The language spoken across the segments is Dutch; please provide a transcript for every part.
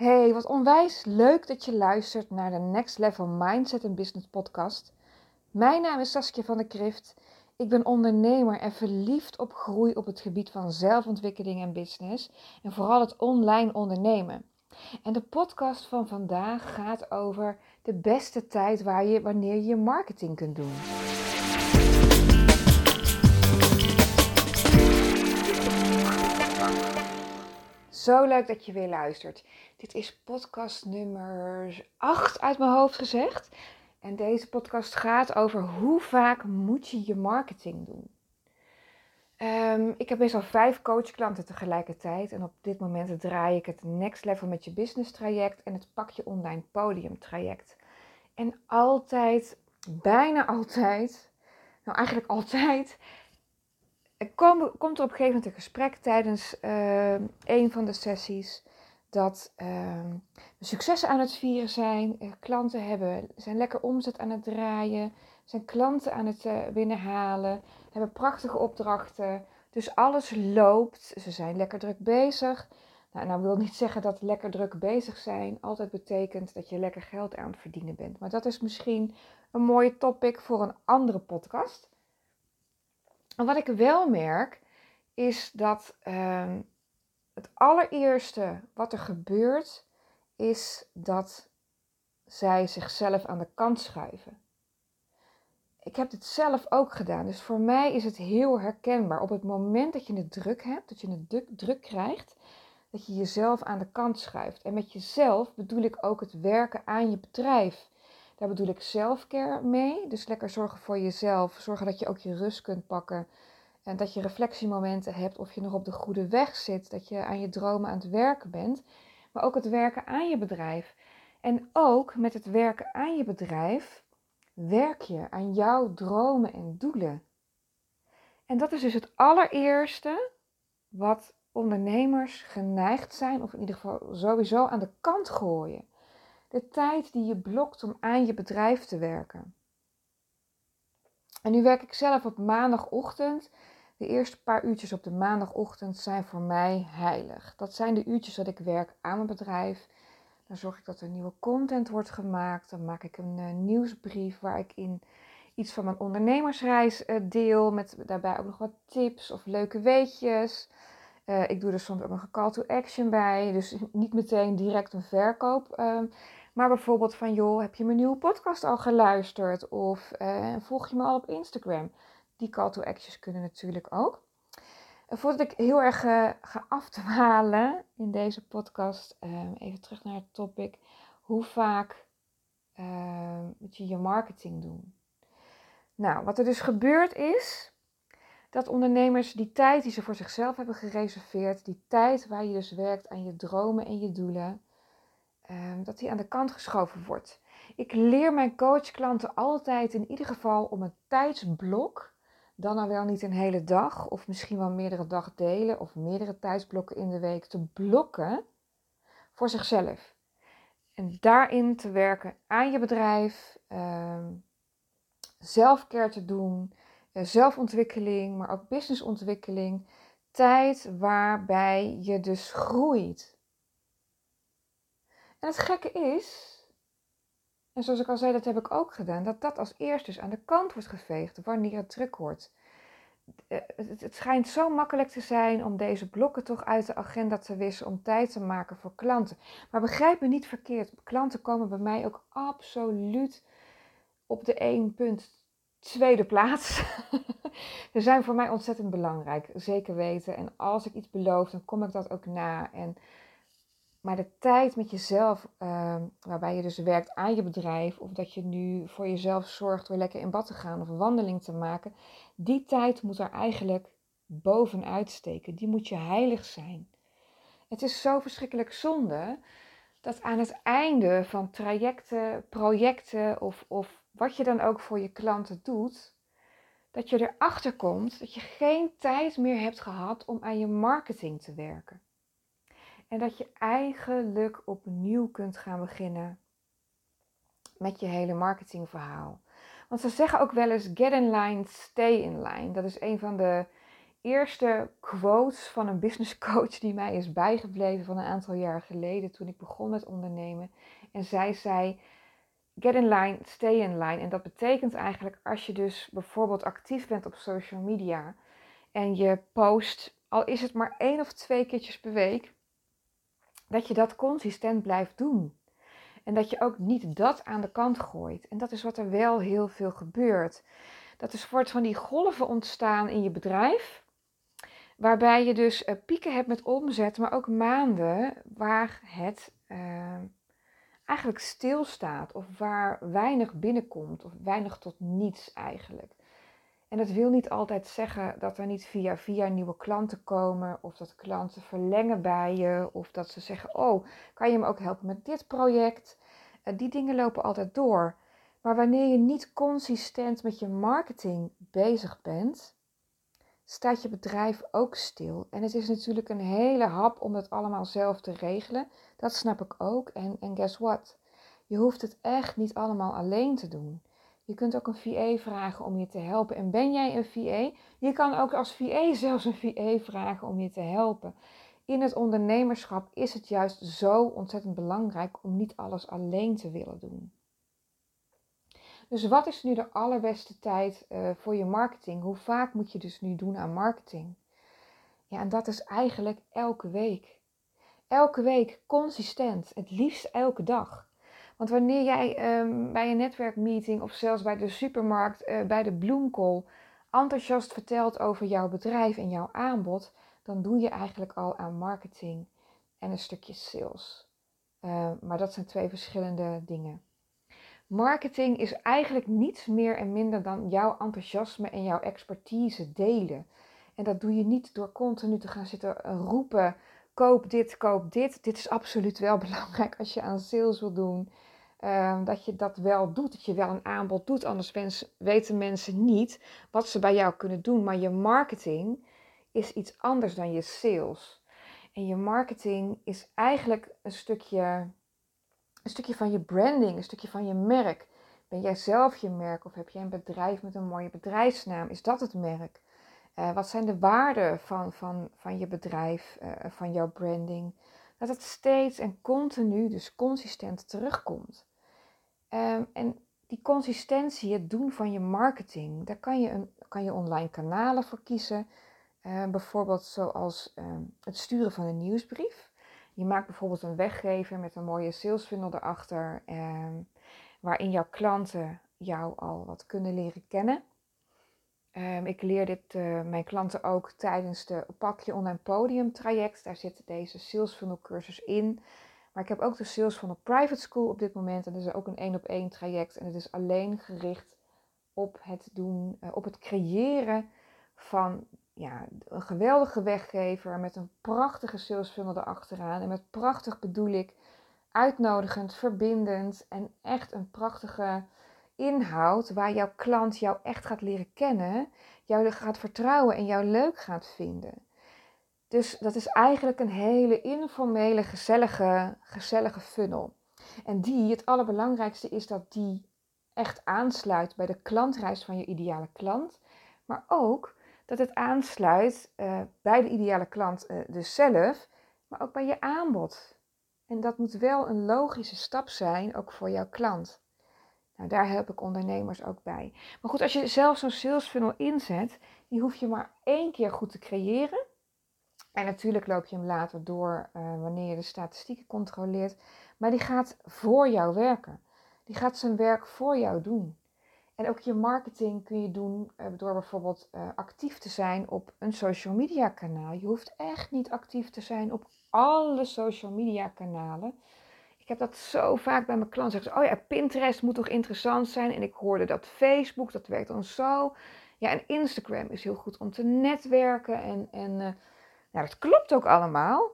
Hey, wat onwijs leuk dat je luistert naar de Next Level Mindset and Business podcast. Mijn naam is Saskia van der Krift. Ik ben ondernemer en verliefd op groei op het gebied van zelfontwikkeling en business. En vooral het online ondernemen. En de podcast van vandaag gaat over de beste tijd wanneer je marketing kunt doen. Zo leuk dat je weer luistert. Dit is podcast nummer 8 uit mijn hoofd gezegd. En deze podcast gaat over hoe vaak moet je je marketing doen. Ik heb best wel 5 coachklanten tegelijkertijd. En op dit moment draai ik het Next Level met je Business traject en het Pak je Online Podium traject. En bijna altijd, nou eigenlijk altijd, komt er op een gegeven moment een gesprek tijdens een van de sessies dat we successen aan het vieren zijn, klanten zijn lekker omzet aan het draaien, zijn klanten aan het binnenhalen, hebben prachtige opdrachten, dus alles loopt, ze zijn lekker druk bezig. Nou wil niet zeggen dat lekker druk bezig zijn altijd betekent dat je lekker geld aan het verdienen bent, maar dat is misschien een mooie topic voor een andere podcast. En wat ik wel merk, is dat het allereerste wat er gebeurt, is dat zij zichzelf aan de kant schuiven. Ik heb dit zelf ook gedaan, dus voor mij is het heel herkenbaar. Op het moment dat je het druk hebt, dat je het druk krijgt, dat je jezelf aan de kant schuift. En met jezelf bedoel ik ook het werken aan je bedrijf. Daar bedoel ik selfcare mee, dus lekker zorgen voor jezelf, zorgen dat je ook je rust kunt pakken. En dat je reflectiemomenten hebt of je nog op de goede weg zit. Dat je aan je dromen aan het werken bent. Maar ook het werken aan je bedrijf. En ook met het werken aan je bedrijf werk je aan jouw dromen en doelen. En dat is dus het allereerste wat ondernemers geneigd zijn. Of in ieder geval sowieso aan de kant gooien. De tijd die je blokt om aan je bedrijf te werken. En nu werk ik zelf op maandagochtend. De eerste paar uurtjes op de maandagochtend zijn voor mij heilig. Dat zijn de uurtjes dat ik werk aan mijn bedrijf. Dan zorg ik dat er nieuwe content wordt gemaakt. Dan maak ik een nieuwsbrief waar ik in iets van mijn ondernemersreis deel. Met daarbij ook nog wat tips of leuke weetjes. Ik doe er soms ook nog een call to action bij. Dus niet meteen direct een verkoop. Maar bijvoorbeeld van, joh, heb je mijn nieuwe podcast al geluisterd? Of volg je me al op Instagram? Die call to actions kunnen natuurlijk ook. Voordat ik heel erg ga afdwalen in deze podcast, even terug naar het topic. Hoe vaak moet je je marketing doen? Nou, wat er dus gebeurd is, dat ondernemers die tijd die ze voor zichzelf hebben gereserveerd, die tijd waar je dus werkt aan je dromen en je doelen, dat die aan de kant geschoven wordt. Ik leer mijn coachklanten altijd in ieder geval om een tijdsblok, dan al wel niet een hele dag of misschien wel meerdere dagdelen of meerdere tijdsblokken in de week te blokken voor zichzelf. En daarin te werken aan je bedrijf, zelfcare te doen, zelfontwikkeling, maar ook businessontwikkeling. Tijd waarbij je dus groeit. En het gekke is, en zoals ik al zei, dat heb ik ook gedaan, dat als eerst dus aan de kant wordt geveegd wanneer het druk wordt. Het schijnt zo makkelijk te zijn om deze blokken toch uit de agenda te wissen om tijd te maken voor klanten. Maar begrijp me niet verkeerd, klanten komen bij mij ook absoluut op de 1.2e plaats. Ze zijn voor mij ontzettend belangrijk, zeker weten. En als ik iets beloof, dan kom ik dat ook na. Maar de tijd met jezelf, waarbij je dus werkt aan je bedrijf, of dat je nu voor jezelf zorgt door lekker in bad te gaan of een wandeling te maken, die tijd moet er eigenlijk bovenuit steken. Die moet je heilig zijn. Het is zo verschrikkelijk zonde dat aan het einde van trajecten, projecten of wat je dan ook voor je klanten doet, dat je erachter komt dat je geen tijd meer hebt gehad om aan je marketing te werken. En dat je eigenlijk opnieuw kunt gaan beginnen met je hele marketingverhaal. Want ze zeggen ook wel eens, get in line, stay in line. Dat is een van de eerste quotes van een business coach die mij is bijgebleven van een aantal jaar geleden toen ik begon met ondernemen. En zij zei, get in line, stay in line. En dat betekent eigenlijk als je dus bijvoorbeeld actief bent op social media en je post, al is het maar 1 of 2 keertjes per week, dat je dat consistent blijft doen. En dat je ook niet dat aan de kant gooit. En dat is wat er wel heel veel gebeurt. Dat is wordt van die golven ontstaan in je bedrijf. Waarbij je dus pieken hebt met omzet, maar ook maanden waar het eigenlijk stilstaat. Of waar weinig binnenkomt. Of weinig tot niets eigenlijk. En dat wil niet altijd zeggen dat er niet via nieuwe klanten komen. Of dat klanten verlengen bij je. Of dat ze zeggen, oh, kan je me ook helpen met dit project? Die dingen lopen altijd door. Maar wanneer je niet consistent met je marketing bezig bent, staat je bedrijf ook stil. En het is natuurlijk een hele hap om dat allemaal zelf te regelen. Dat snap ik ook. En guess what? Je hoeft het echt niet allemaal alleen te doen. Je kunt ook een VA vragen om je te helpen. En ben jij een VA? Je kan ook als VA zelfs een VA vragen om je te helpen. In het ondernemerschap is het juist zo ontzettend belangrijk om niet alles alleen te willen doen. Dus wat is nu de allerbeste tijd voor je marketing? Hoe vaak moet je dus nu doen aan marketing? Ja, en dat is eigenlijk elke week. Elke week consistent, het liefst elke dag. Want wanneer jij bij een netwerkmeeting of zelfs bij de supermarkt, bij de bloemkool, enthousiast vertelt over jouw bedrijf en jouw aanbod, dan doe je eigenlijk al aan marketing en een stukje sales. Maar dat zijn 2 verschillende dingen. Marketing is eigenlijk niets meer en minder dan jouw enthousiasme en jouw expertise delen. En dat doe je niet door continu te gaan zitten roepen, koop dit, koop dit. Dit is absoluut wel belangrijk als je aan sales wil doen. Dat je dat wel doet, dat je wel een aanbod doet. Anders weten mensen niet wat ze bij jou kunnen doen. Maar je marketing is iets anders dan je sales. En je marketing is eigenlijk een stukje van je branding, een stukje van je merk. Ben jij zelf je merk of heb jij een bedrijf met een mooie bedrijfsnaam? Is dat het merk? Wat zijn de waarden van je bedrijf, van jouw branding? Dat het steeds en continu, dus consistent terugkomt. En die consistentie, het doen van je marketing, daar kan je online kanalen voor kiezen. Bijvoorbeeld zoals het sturen van een nieuwsbrief. Je maakt bijvoorbeeld een weggever met een mooie sales funnel erachter, waarin jouw klanten jou al wat kunnen leren kennen. Ik leer dit mijn klanten ook tijdens de Pak je Online Podium traject. Daar zit deze sales funnel cursus in. Maar ik heb ook de Sales Funnel Private School op dit moment. En dat is ook een 1-op-1 traject. En het is alleen gericht op het doen, op het creëren van een geweldige weggever met een prachtige sales funnel erachteraan. En met prachtig bedoel ik uitnodigend, verbindend en echt een prachtige inhoud waar jouw klant jou echt gaat leren kennen, jou gaat vertrouwen en jou leuk gaat vinden. Dus dat is eigenlijk een hele informele, gezellige funnel. En het allerbelangrijkste is dat die echt aansluit bij de klantreis van je ideale klant. Maar ook dat het aansluit bij de ideale klant dus zelf, maar ook bij je aanbod. En dat moet wel een logische stap zijn, ook voor jouw klant. Nou, daar help ik ondernemers ook bij. Maar goed, als je zelf zo'n sales funnel inzet, die hoef je maar 1 keer goed te creëren. En natuurlijk loop je hem later door wanneer je de statistieken controleert. Maar die gaat voor jou werken. Die gaat zijn werk voor jou doen. En ook je marketing kun je doen door bijvoorbeeld actief te zijn op een social media kanaal. Je hoeft echt niet actief te zijn op alle social media kanalen. Ik heb dat zo vaak bij mijn klanten. Zeggen ze, oh ja, Pinterest moet toch interessant zijn. En ik hoorde dat Facebook, dat werkt dan zo. Ja, en Instagram is heel goed om te netwerken. Nou, dat klopt ook allemaal.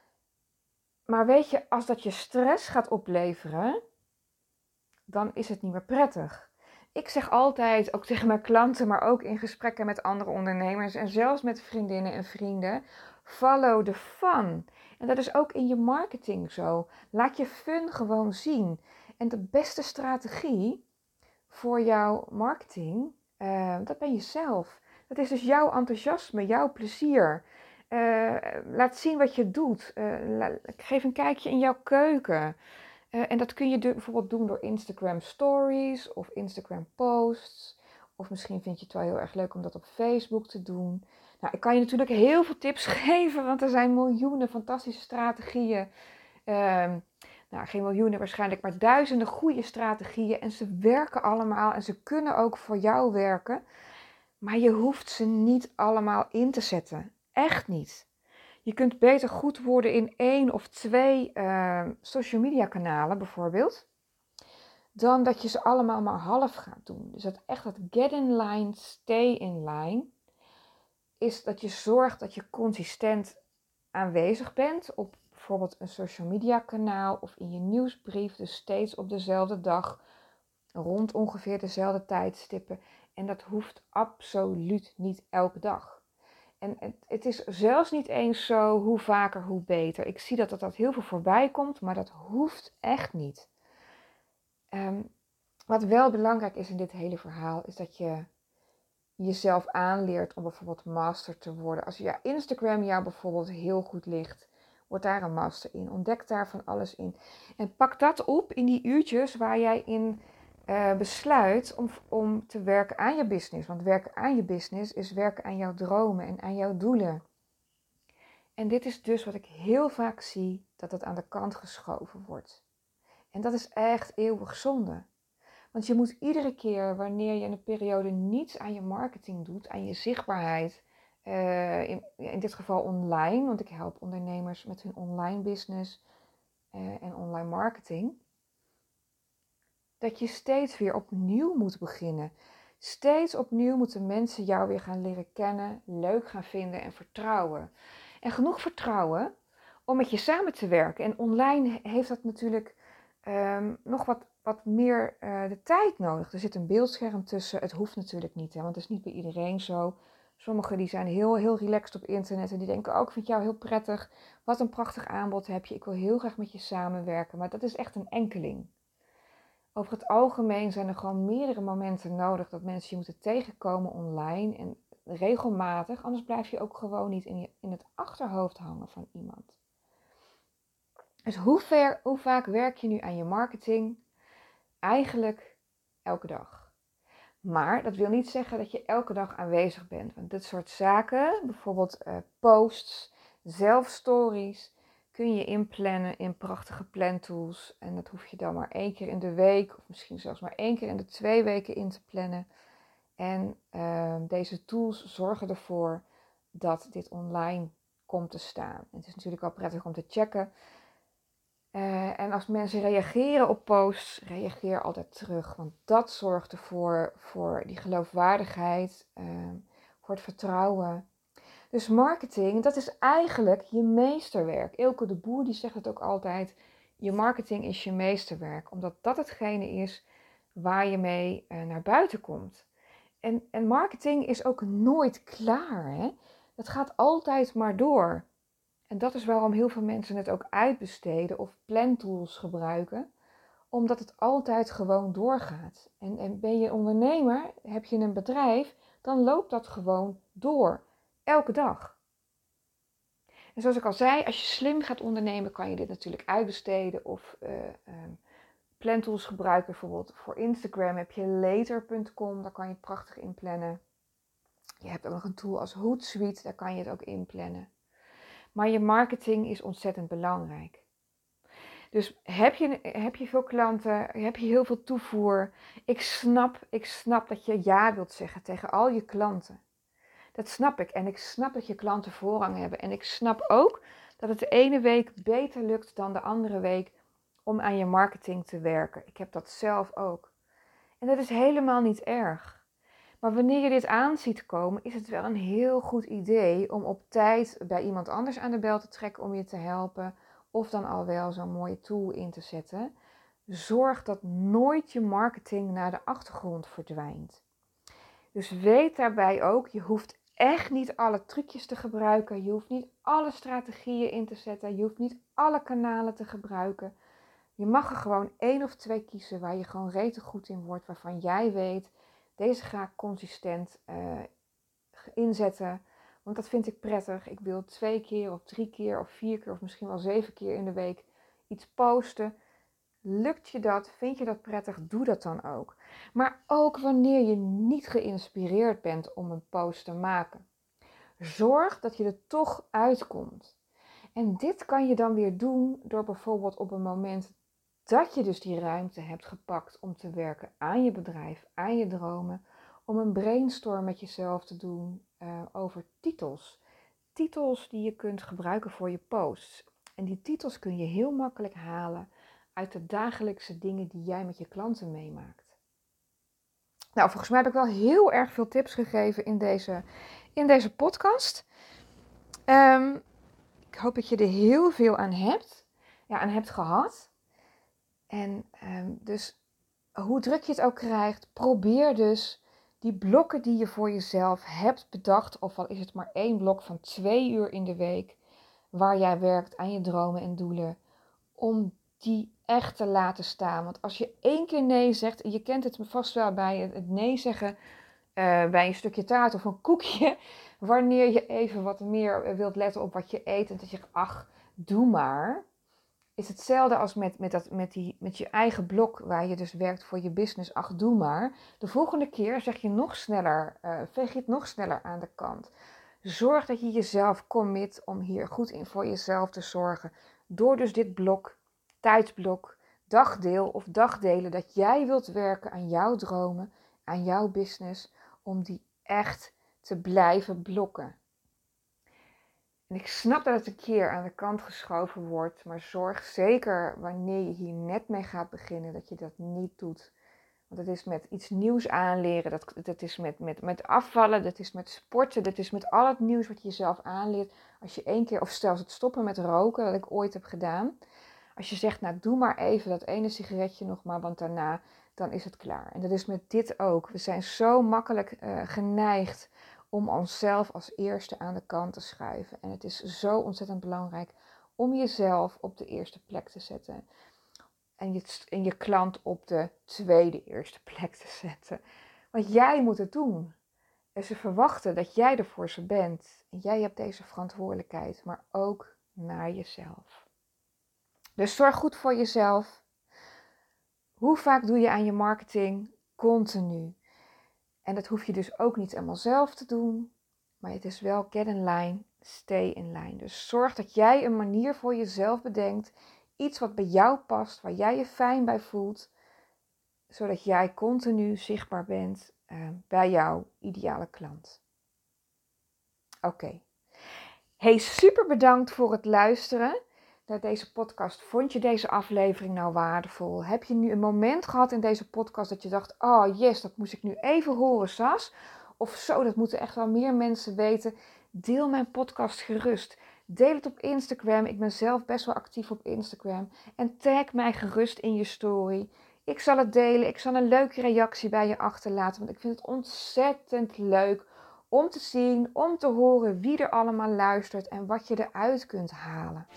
Maar weet je, als dat je stress gaat opleveren, dan is het niet meer prettig. Ik zeg altijd, ook tegen mijn klanten, maar ook in gesprekken met andere ondernemers en zelfs met vriendinnen en vrienden, follow the fun. En dat is ook in je marketing zo. Laat je fun gewoon zien. En de beste strategie voor jouw marketing, dat ben je zelf. Dat is dus jouw enthousiasme, jouw plezier. Laat zien wat je doet. Geef een kijkje in jouw keuken. En dat kun je bijvoorbeeld doen door Instagram stories of Instagram posts. Of misschien vind je het wel heel erg leuk om dat op Facebook te doen. Nou, ik kan je natuurlijk heel veel tips geven, want er zijn miljoenen fantastische strategieën. Nou, geen miljoenen waarschijnlijk, maar duizenden goede strategieën. En ze werken allemaal en ze kunnen ook voor jou werken. Maar je hoeft ze niet allemaal in te zetten. Echt niet. Je kunt beter goed worden in 1 of 2 social media kanalen bijvoorbeeld. Dan dat je ze allemaal maar half gaat doen. Dus dat get in line, stay in line. Is dat je zorgt dat je consistent aanwezig bent op bijvoorbeeld een social media kanaal of in je nieuwsbrief. Dus steeds op dezelfde dag, rond ongeveer dezelfde tijdstippen. En dat hoeft absoluut niet elke dag. En het is zelfs niet eens zo hoe vaker hoe beter. Ik zie dat heel veel voorbij komt, maar dat hoeft echt niet. Wat wel belangrijk is in dit hele verhaal, is dat je jezelf aanleert om bijvoorbeeld master te worden. Als Instagram jou bijvoorbeeld heel goed ligt, word daar een master in. Ontdek daar van alles in. En pak dat op in die uurtjes waar jij in besluit om te werken aan je business. Want werken aan je business is werken aan jouw dromen en aan jouw doelen. En dit is dus wat ik heel vaak zie, dat het aan de kant geschoven wordt. En dat is echt eeuwig zonde. Want je moet iedere keer wanneer je in een periode niets aan je marketing doet, aan je zichtbaarheid, in dit geval online, want ik help ondernemers met hun online business en online marketing, dat je steeds weer opnieuw moet beginnen. Steeds opnieuw moeten mensen jou weer gaan leren kennen, leuk gaan vinden en vertrouwen. En genoeg vertrouwen om met je samen te werken. En online heeft dat natuurlijk nog wat meer de tijd nodig. Er zit een beeldscherm tussen. Het hoeft natuurlijk niet, hè, want het is niet bij iedereen zo. Sommigen die zijn heel relaxed op internet en die denken, ik vind jou heel prettig. Wat een prachtig aanbod heb je. Ik wil heel graag met je samenwerken. Maar dat is echt een enkeling. Over het algemeen zijn er gewoon meerdere momenten nodig dat mensen je moeten tegenkomen online. En regelmatig, anders blijf je ook gewoon niet in het achterhoofd hangen van iemand. Dus hoe vaak werk je nu aan je marketing? Eigenlijk elke dag. Maar dat wil niet zeggen dat je elke dag aanwezig bent. Want dit soort zaken, bijvoorbeeld posts, zelfstories, kun je inplannen in prachtige plantools. En dat hoef je dan maar 1 keer in de week of misschien zelfs maar 1 keer in de 2 weken in te plannen. En deze tools zorgen ervoor dat dit online komt te staan. En het is natuurlijk wel prettig om te checken. En als mensen reageren op posts, reageer altijd terug. Want dat zorgt ervoor voor die geloofwaardigheid, voor het vertrouwen. Dus marketing, dat is eigenlijk je meesterwerk. Eelco de Boer die zegt het ook altijd, je marketing is je meesterwerk. Omdat dat hetgene is waar je mee naar buiten komt. En marketing is ook nooit klaar. Hè? Dat gaat altijd maar door. En dat is waarom heel veel mensen het ook uitbesteden of plantools gebruiken. Omdat het altijd gewoon doorgaat. En ben je ondernemer, heb je een bedrijf, dan loopt dat gewoon door. Elke dag. En zoals ik al zei, als je slim gaat ondernemen, kan je dit natuurlijk uitbesteden of plantools gebruiken. Bijvoorbeeld voor Instagram heb je later.com, daar kan je het prachtig inplannen. Je hebt ook nog een tool als Hootsuite, daar kan je het ook inplannen. Maar je marketing is ontzettend belangrijk. Dus heb je veel klanten, heb je heel veel toevoer. Ik snap dat je ja wilt zeggen tegen al je klanten. Dat snap ik. En ik snap dat je klanten voorrang hebben. En ik snap ook dat het de ene week beter lukt dan de andere week om aan je marketing te werken. Ik heb dat zelf ook. En dat is helemaal niet erg. Maar wanneer je dit aan ziet komen, is het wel een heel goed idee om op tijd bij iemand anders aan de bel te trekken om je te helpen. Of dan al wel zo'n mooie tool in te zetten. Zorg dat nooit je marketing naar de achtergrond verdwijnt. Dus weet daarbij ook, je hoeft echt niet alle trucjes te gebruiken. Je hoeft niet alle strategieën in te zetten. Je hoeft niet alle kanalen te gebruiken. Je mag er gewoon 1 of 2 kiezen waar je gewoon rete goed in wordt. Waarvan jij weet, deze ga ik consistent inzetten. Want dat vind ik prettig. Ik wil 2 keer of 3 keer of 4 keer of misschien wel 7 keer in de week iets posten. Lukt je dat? Vind je dat prettig? Doe dat dan ook. Maar ook wanneer je niet geïnspireerd bent om een post te maken. Zorg dat je er toch uitkomt. En dit kan je dan weer doen door bijvoorbeeld op een moment dat je dus die ruimte hebt gepakt om te werken aan je bedrijf, aan je dromen, om een brainstorm met jezelf te doen over titels. Titels die je kunt gebruiken voor je posts. En die titels kun je heel makkelijk halen uit de dagelijkse dingen die jij met je klanten meemaakt. Nou, volgens mij heb ik wel heel erg veel tips gegeven in deze podcast. Ik hoop dat je er heel veel aan hebt gehad. En dus hoe druk je het ook krijgt, probeer dus die blokken die je voor jezelf hebt bedacht, of al is het maar 1 blok van 2 uur in de week, waar jij werkt aan je dromen en doelen, om die echt te laten staan. Want als je 1 keer nee zegt, en je kent het vast wel bij het nee zeggen bij een stukje taart of een koekje, wanneer je even wat meer wilt letten op wat je eet en dat je zegt, ach, doe maar, is hetzelfde als met je eigen blok waar je dus werkt voor je business, ach, doe maar. De volgende keer zeg je nog sneller, veeg je het nog sneller aan de kant. Zorg dat je jezelf commit om hier goed in voor jezelf te zorgen. Door dus dit blok, tijdsblok, dagdeel of dagdelen dat jij wilt werken aan jouw dromen, aan jouw business, om die echt te blijven blokken. En ik snap dat het een keer aan de kant geschoven wordt, maar zorg zeker wanneer je hier net mee gaat beginnen dat je dat niet doet. Want het is met iets nieuws aanleren, dat is met afvallen, dat is met sporten, dat is met al het nieuws wat je jezelf aanleert. Als je 1 keer, of zelfs het stoppen met roken, dat ik ooit heb gedaan. Als je zegt, nou doe maar even dat ene sigaretje nog maar, want daarna dan is het klaar. En dat is met dit ook. We zijn zo makkelijk geneigd om onszelf als eerste aan de kant te schuiven. En het is zo ontzettend belangrijk om jezelf op de eerste plek te zetten. En je klant op de tweede eerste plek te zetten. Want jij moet het doen. En ze verwachten dat jij er voor ze bent. En jij hebt deze verantwoordelijkheid, maar ook naar jezelf. Dus zorg goed voor jezelf. Hoe vaak doe je aan je marketing? Continu. En dat hoef je dus ook niet allemaal zelf te doen. Maar het is wel get in line, stay in line. Dus zorg dat jij een manier voor jezelf bedenkt. Iets wat bij jou past, waar jij je fijn bij voelt. Zodat jij continu zichtbaar bent bij jouw ideale klant. Oké. Hey, super bedankt voor het luisteren naar deze podcast. Vond je deze aflevering nou waardevol? Heb je nu een moment gehad in deze podcast dat je dacht, oh yes, dat moest ik nu even horen, Sas? Of zo, dat moeten echt wel meer mensen weten. Deel mijn podcast gerust. Deel het op Instagram. Ik ben zelf best wel actief op Instagram. En tag mij gerust in je story. Ik zal het delen. Ik zal een leuke reactie bij je achterlaten. Want ik vind het ontzettend leuk om te zien, om te horen wie er allemaal luistert en wat je eruit kunt halen.